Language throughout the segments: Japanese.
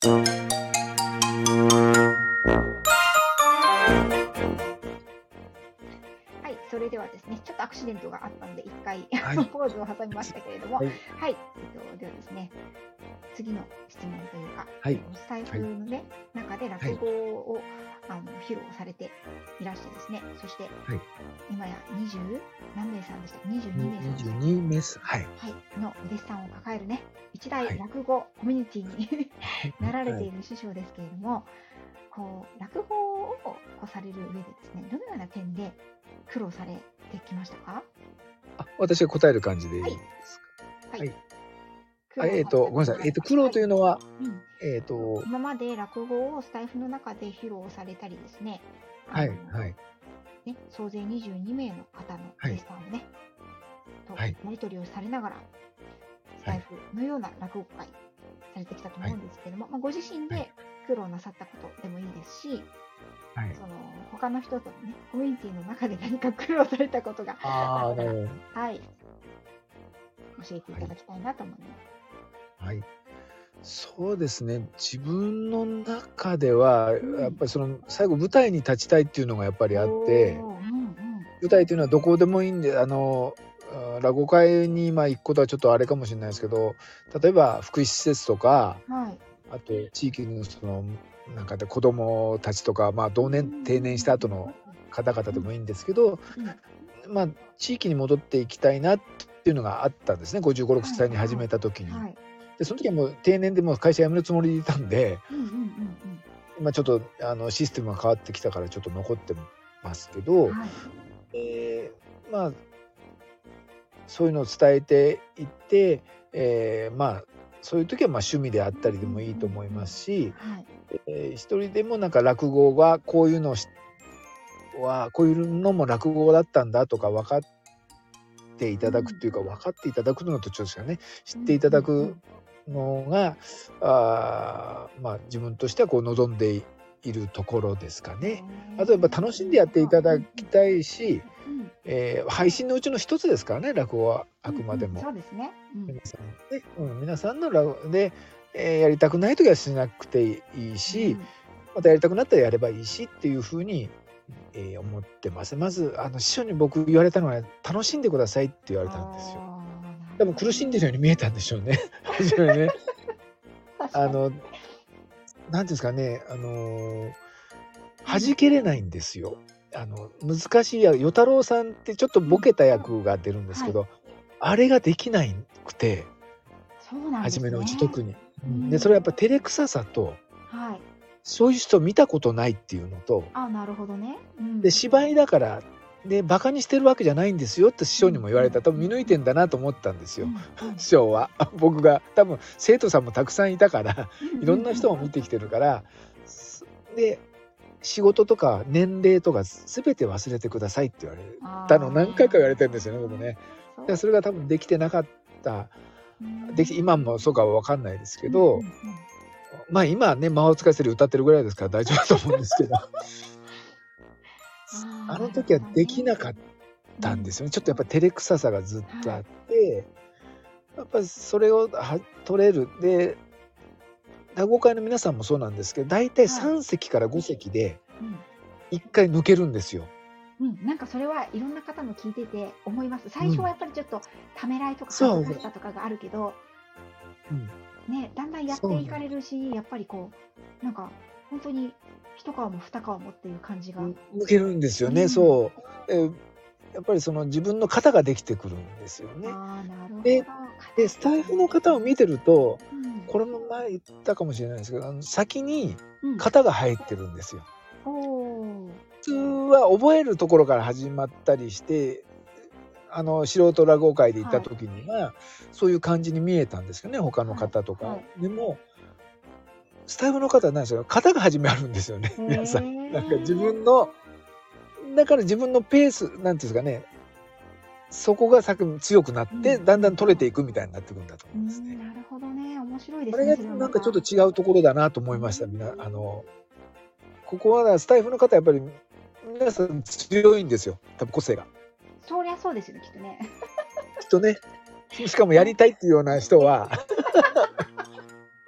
はい、それではですね、ちょっとアクシデントがあったので、一回はい。 ポーズを挟みましたけれども、 はい。 はい、ではですね、次の質問というか、 はい。 スタイはい。 フのね、中で落はい。 語を披露されていらしてですね、そしてはい。 今や20何名さんでしたっけ、22名さんでしたっけ、 22名数。はい。 はい、のお弟子さんを抱えるね、一大はい。 落語コミュニティになられてはい。 いる師匠ですけれども、落語をされる上でですね、どのような点で苦労されてきましたか？ 私が答える感じでいいはい、 ですか？ はい、 はい。 苦労されたごめんなさい。 点があれば。 苦労はい。 というのは、 うん。 えっと、 今まで落語をスタイフの中で披露されたりですね、あはい。 の、 はい。 ね、総勢22名の方のはい。 お弟子さんをね、とはい。 やり取りをされながら、スはい。 タイフのような落語会されてきたとはい。 思うんですけども、ご自身はい。 で苦労なさったことでもいいですし、 はい。 他の人とのね、コミュニティの中で何か苦労されたことがあったら、 なるほはい、教えていど。はい。 ただきたいなと思います。 はい。そうですね。自分の中では、 うん。 やっぱり最後舞台に立ちたいっていうのがやっぱりあって、 おー、うんうん。 舞台っていうのはどこでもいいんで、落語会に行くことはちょっとあれかもしれないですけど、例えば福祉施設とか、 はい。 あと地域のなんかで子供たちとか、 うんうん定年した後の方々 うんでもいいんですけど、 うん。 地域に戻っていきたいなっていうのがあったんですね。55、6 はい歳に始はいめた時に。 はい。 で、その時はもう定年でもう会社辞めるつもりでいたんで、 うんうんうんうん。 今ちょっとシステムが変わってきたからちょっと残ってますけど、 はい。 えーまあそういうのを伝えていって、そういう時は趣味であったりでもいいと思いますし、 はい。 一人でもなんか落語はこういうのも落語だったんだとか分かっていただくっていうか、分かっていただくのとちょっとですかね、知っていただくのが、自分としては望んでいるところですかね。あとやっぱ楽しんでやっていただきたいし、配信のうちの一つですからね、落語はあくまでも。 そうですね。 皆さんので、やりたくない時はしなくていいし、またやりたくなったらやればいいしっていうふうに、思ってます。まず師匠に僕言われたのは、楽しんでくださいって言われたんですよ。多分苦しんでるように見えたんでしょうね。初めね。 確かに。 なんていうんですかね、弾けれないんですよ。難しい与太郎さんってちょっとボケた役が出るんですけど、あれができないくて、 そうなんですね。 初めのうち特に。で、それはやっぱ照れくささと、 はい。 そういう人見たことないっていうのと、 なるほどね。 で、芝居だから、で、バカにしてるわけじゃないんですよって師匠にも言われた。多分見抜いてんだなと思ったんですよ、師匠は。僕が。多分生徒さんもたくさんいたから、いろんな人を見てきてるから、で、仕事とか年齢とか全て忘れてくださいって言われたの何回か言われてるんですよね、僕ね。でそれが多分できてなかった。今もそうかは分かんないですけど、今はね、魔法使いセリ歌ってるぐらいですから大丈夫だと思うんですけど、あの時はできなかったんですよね。ちょっとやっぱ照れくささがずっとあって、やっぱりそれを取れる。で、落語会の皆さんもそうなんですけど、大体3席から5席で1回抜けるんですよ。 なんかそれはいろんな方の聞いてて思います。最初はやっぱりちょっとためらいとか恥ずかしさとかがあるけど、ね、だんだんやっていかれるし、やっぱりなんか本当に一皮も二皮もっていう感じが抜けるんですよね。そう。やっぱり自分の型ができてくるんですよね。 なるほど。 でスタイフの方を見てると、これも前言ったかもしれないですけど、先に型が入ってるんですよ。普通は覚えるところから始まったりして、素人落語会で行った時には、そういう感じに見えたんですよね、他の方とか。でもスタイフの方は何ですか、型が始めあるんですよね、皆さん。なんかだから自分のペースなんていうんですかね、そこが強くなってだんだん取れていくみたいになっていくんだと思うんですね。 なるほどね、面白いですね。 これがなんかちょっと違うところだなと思いました。ここはスタイフの方やっぱり皆さん強いんですよ、多分個性が。 そりゃそうですよね、きっとね。 きっとね。しかもやりたいっていうような人は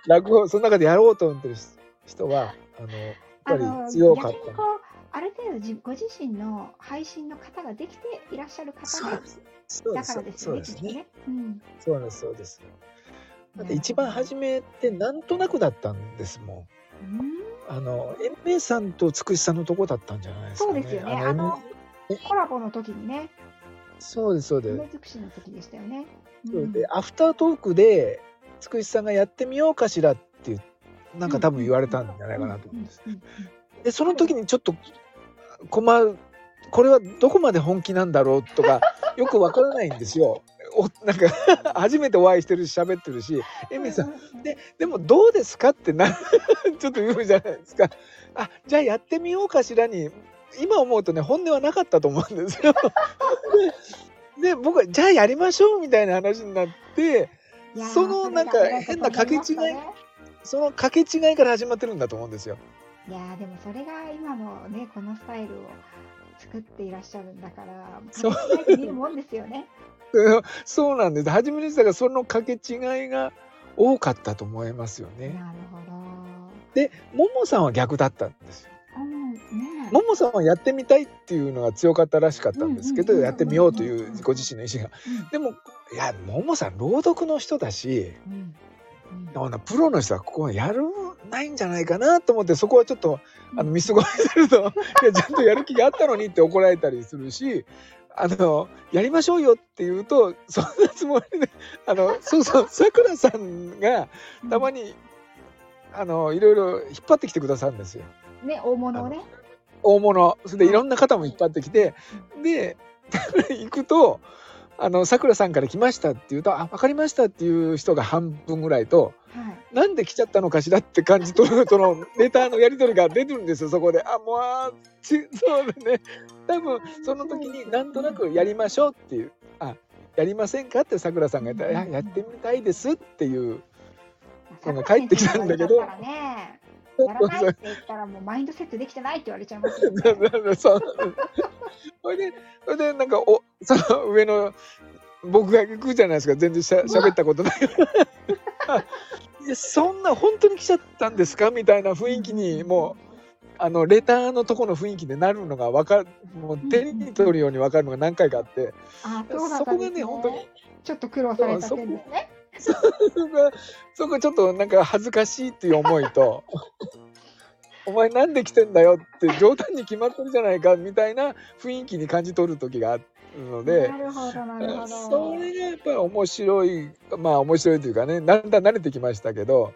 落語その中でやろうと思ってる人はやっぱり強かった。 逆にこうある程度ご自身の配信の方ができていらっしゃる方がだからですよね。 そうですそうです。だって一番初めってなんとなくだったんですもん。延命さんとつくしさんのとこだったんじゃないですかね。 そうですよね。コラボの時にね。 そうですそうです。 梅尽くしの時でしたよね。 でアフタートークでつくしさんがやってみようかしらっていうなんか多分言われたんじゃないかなと思うんです。でその時にちょっとこれはどこまで本気なんだろうとかよくわからないんですよ。なんか初めてお会いしてるし喋ってるしエミさんでもどうですかってちょっと言うじゃないですか。じゃあやってみようかしらに今思うとね本音はなかったと思うんですよ。で僕はじゃあやりましょうみたいな話になってそのなんか変な掛け違いその掛け違いから始まってるんだと思うんですよ。 いやでもそれが今のねこのスタイルを作っていらっしゃるんだから掛け違いで見るもんですよね。 そうなんです。初めにしたらその掛け違いが多かったと思いますよね。 なるほど。 でももさんは逆だったんですよ。ももさんはやってみたいっていうのが強かったらしかったんですけどやってみようというご自身の意思が。でもいやももさん朗読の人だしプロの人はここはやるないんじゃないかなと思ってそこはちょっと見過ごしてるといやちゃんとやる気があったのにって怒られたりするしやりましょうよって言うとそんなつもりでそうさくらさんがたまにいろいろ引っ張ってきてくださるんですよ。 ね大物をね。 大物それでいろんな方も引っ張ってきてで行くとさくらさんから来ましたって言うと分かりましたっていう人が半分ぐらいと、なんで来ちゃったのかしらって感じとそのレターのやり取りが出てるんですよそこで。そうでね多分その時になんとなくやりましょうっていうやりませんかってさくらさんが言ったらやってみたいですっていうのが返ってきたんだけど。 やらないって言ったらもうマインドセットできてないって言われちゃいますよね。 それでなんかその上の僕が行くじゃないですか全然喋ったことないそんな本当に来ちゃったんですかみたいな雰囲気にもうレターのとこの雰囲気でなるのがもう手に取るように分かるのが何回かあってそこがね本当にちょっと苦労された点ですね。 そこちょっとなんか恥ずかしいっていう思いとお前なんで来てんだよって冗談に決まってるじゃないかみたいな雰囲気に感じ取る時があるのでそれがやっぱり面白い面白いというかねだんだん慣れてきましたけど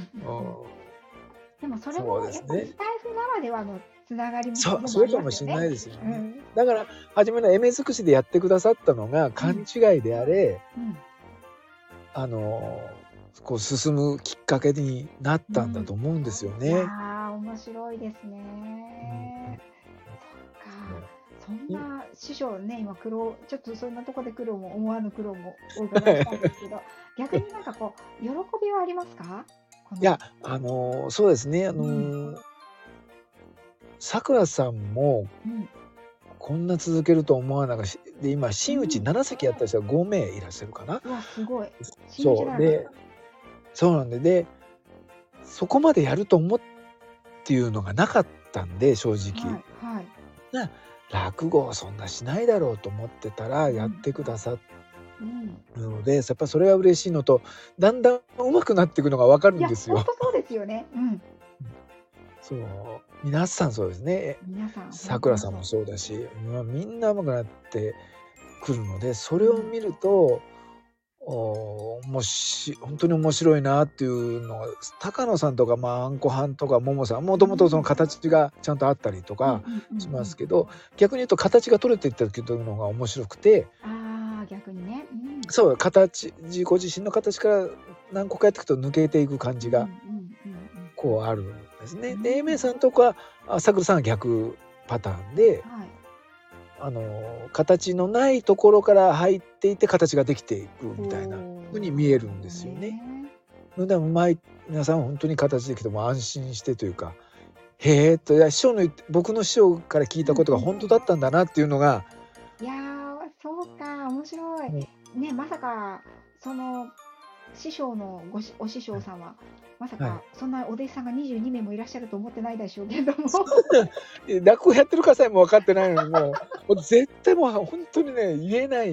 でもそれもやっぱりスタイフならではのつながりもそうかもしれないですよね。だから初めのエメ尽くしでやってくださったのが勘違いであれこう進むきっかけになったんだと思うんですよね。 面白いですね。そんな師匠ね今ちょっとそんなとこで苦労も思わぬ苦労もお伺いしたんですけど逆になんかこう喜びはありますか？ いやそうですねさくらさんもこんな続けると思わなかったで今真打ち7席やった人が5名いらっしゃるかな。 すごい。 そうなんでそこまでやると思っていうのがなかったんで正直、落語はそんなしないだろうと思ってたらやってくださるのでやっぱそれは嬉しいのとだんだん上手くなっていくのが分かるんですよ。 本当そうですよね。 そう皆さんそうですね。さくらさんもそうだしみんな上手くなってくるのでそれを見ると本当に面白いなっていうのが高野さんとかあんこはんとかももさんもともとその形がちゃんとあったりとかしますけど逆に言うと形が取れていった時のが面白くて逆にね、 そうご自身の形から何個かやっていくと抜けていく感じがこうあるんですね。で英明さんとかさくらさんは逆パターンで、形のないところから入っていって形ができていくみたいな風に見えるんですよね。でも皆さん本当に形できても安心してというかへえと僕の師匠から聞いたことが本当だったんだなっていうのがそうか面白い、ねまさかその師匠のお師匠さんは、まさはい。 かそんなお弟子さんが22名もいらっしゃると思ってないでしょうけども。 落語やってるかさえも分かってないのに、もう絶対もう本当にね、言えない。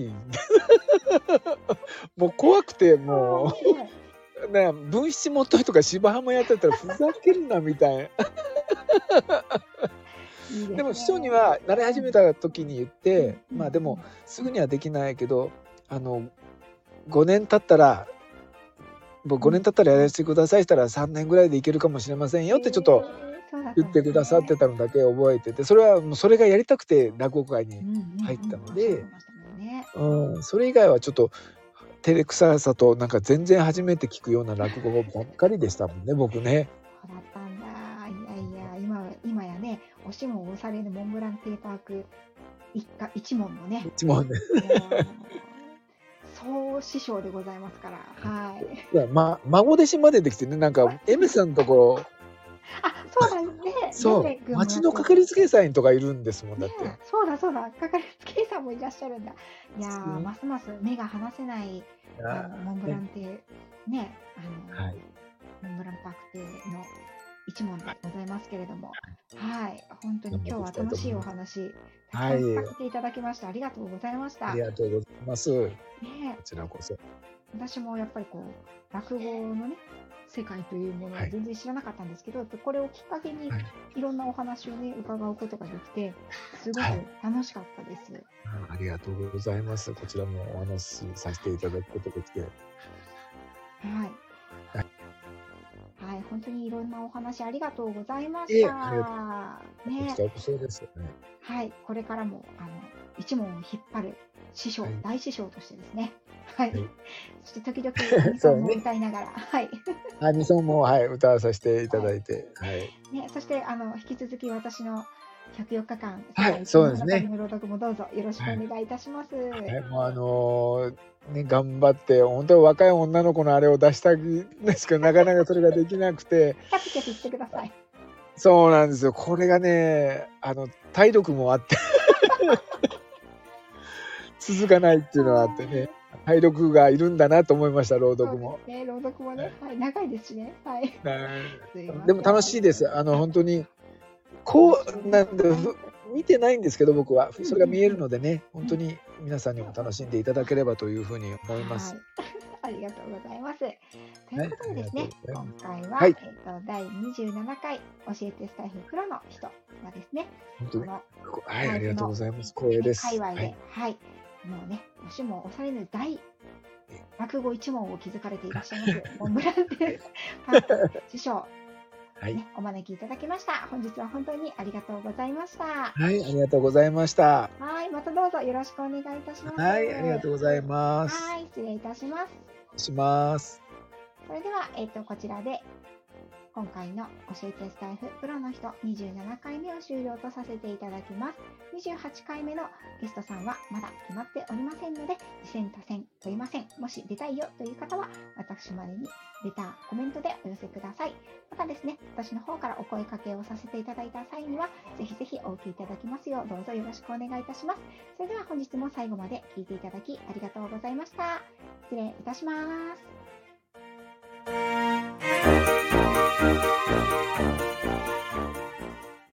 もう怖くて、もう、ね、文七元結とか芝浜やってたらふざけるなみたいな。でも師匠には慣れ始めた時に言って、まあでもすぐにはできないけど、5年経ったら、5年経ったらやらせてくださいしたら3年ぐらいでいけるかもしれませんよってちょっと言ってくださってたのだけ覚えてて、それはもうそれがやりたくて落語界に入ったので、それ以外はちょっと照れくささとなんか全然初めて聞くような落語ばっかりでしたもんね、僕ね。 そうだったんだ。いやいや、今やね、押しも押されぬモンブランテーパーク一門のね。 一門ね。 総師匠でございますから。はい。 いや、孫弟子までできてね、なんか、エメさんのとこ。 あ、そうだね。 そう、町のかかりつけさんとかいるんですもん、だって。 そうだ。かかりつけさんもいらっしゃるんだ。いやー、ますます目が離せないモンブラン亭、ね、モンブランパーク亭の一門でございますけれども、はい、本当に今日は楽しいお話、たくさん聞かせていただきました。ありがとうございました。 ありがとうございます。こちらこそ。 私もやっぱりこう、落語のね、世界というものは全然知らなかったんですけど、これをきっかけにいろんなお話をね、伺うことができて、すごく楽しかったです。 ありがとうございます。こちらもお話しさせていただくことができて。 はい、本当にいろんなお話ありがとうございました。 ね、こちらこそですよね。 はい、これからも一門を引っ張る師匠、大師匠としてですね。はい。そして時々アニソンも歌いながら、はい。 アニソンも歌わさせていただいて、 ね、そして引き続き私の104日間、 そうですね。 朗読もどうぞよろしくお願いいたします。 もうね、頑張って本当は若い女の子のあれを出したいんですけど、なかなかそれができなくて。 キャピキャピしてください。 そうなんですよ。これがね、体力もあって続かないっていうのはあってね、体力がいるんだなと思いました、朗読も。 ね、朗読もね、長いですしね。はい。 でも楽しいです。本当になんで見てないんですけど、僕はそれが見えるのでね、本当に皆さんにも楽しんでいただければというふうに思います。 ありがとうございます。ということでですね、今回は、第27回教えてスタイフプロの人がですね、 ありがとうございます。光栄です。 界隈で、もうね、押しも押されぬ大落語一門を築かれていらっしゃいますモンブランテパーク師匠、お招きいただきました。本日は本当にありがとうございました。 ありがとうございました。 またどうぞよろしくお願いいたします。 ありがとうございます。 失礼いたします。それでは、こちらで今回の教えてスタイフプロの人27回目を終了とさせていただきます。28回目のゲストさんはまだ決まっておりませんので、次戦他戦問いません。もし出たいよという方は、私までにレター、コメントでお寄せください。またですね、私の方からお声掛けをさせていただいた際には、ぜひぜひお受けいただきますよう、どうぞよろしくお願いいたします。それでは本日も最後まで聞いていただきありがとうございました。失礼いたします。